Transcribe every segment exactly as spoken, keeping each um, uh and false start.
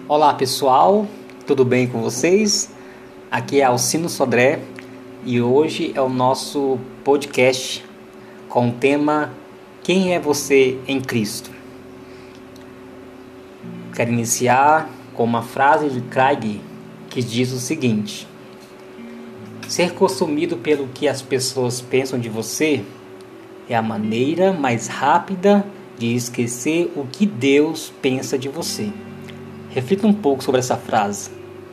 Olá pessoal, tudo bem com vocês? Aqui é Alcino Sodré e hoje é o nosso podcast com o tema Quem é você em Cristo? Quero iniciar com uma frase de Craig que diz o seguinte: ser consumido pelo que as pessoas pensam de você é a maneira mais rápida de esquecer o que Deus pensa de você. Reflita um pouco sobre essa frase.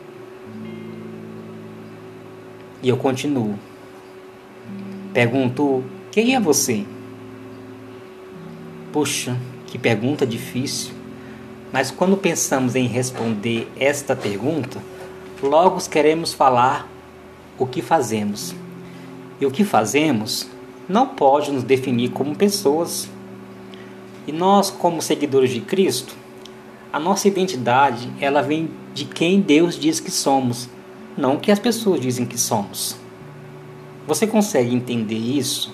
E eu continuo. Pergunto, quem é você? Puxa, que pergunta difícil. Mas quando pensamos em responder esta pergunta, logo queremos falar o que fazemos. E o que fazemos não pode nos definir como pessoas. E nós, como seguidores de Cristo, a nossa identidade, ela vem de quem Deus diz que somos, não o que as pessoas dizem que somos. Você consegue entender isso?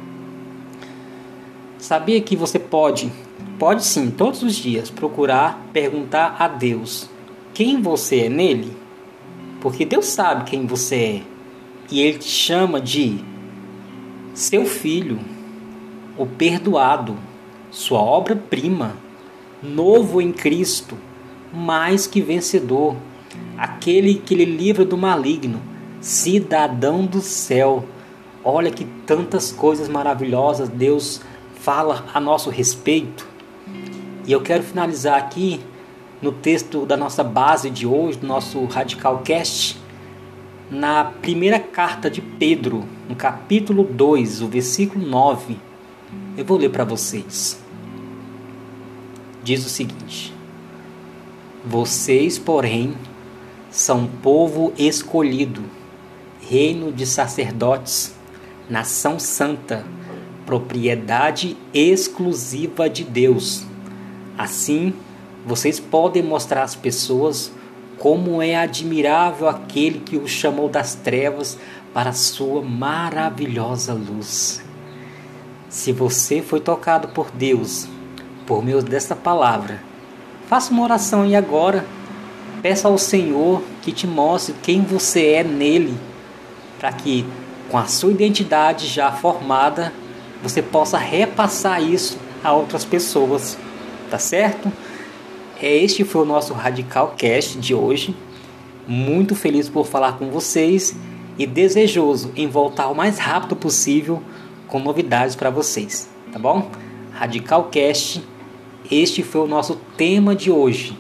Sabia que você pode, pode sim, todos os dias, procurar perguntar a Deus quem você é nele? Porque Deus sabe quem você é. E Ele te chama de seu filho, o perdoado, sua obra-prima, novo em Cristo, mais que vencedor, aquele que lhe livra do maligno, cidadão do céu. Olha que tantas coisas maravilhosas Deus fala a nosso respeito. E eu quero finalizar aqui no texto da nossa base de hoje, do nosso Radical Cast, na primeira carta de Pedro, no capítulo dois, o versículo nove. Eu vou ler para vocês. Diz o seguinte: vocês, porém, são povo escolhido, reino de sacerdotes, nação santa, propriedade exclusiva de Deus. Assim, vocês podem mostrar às pessoas como é admirável aquele que os chamou das trevas para a sua maravilhosa luz. Se você foi tocado por Deus por meio desta palavra, faça uma oração e agora peça ao Senhor que te mostre quem você é nele, para que com a sua identidade já formada, você possa repassar isso a outras pessoas, tá certo? Este foi o nosso Radical Cast de hoje. Muito feliz por falar com vocês e desejoso em voltar o mais rápido possível com novidades para vocês, tá bom? Radical Cast, este foi o nosso tema de hoje.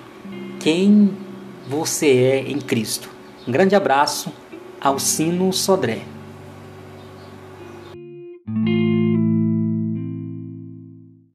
Quem você é em Cristo. Um grande abraço, Alcino Sodré.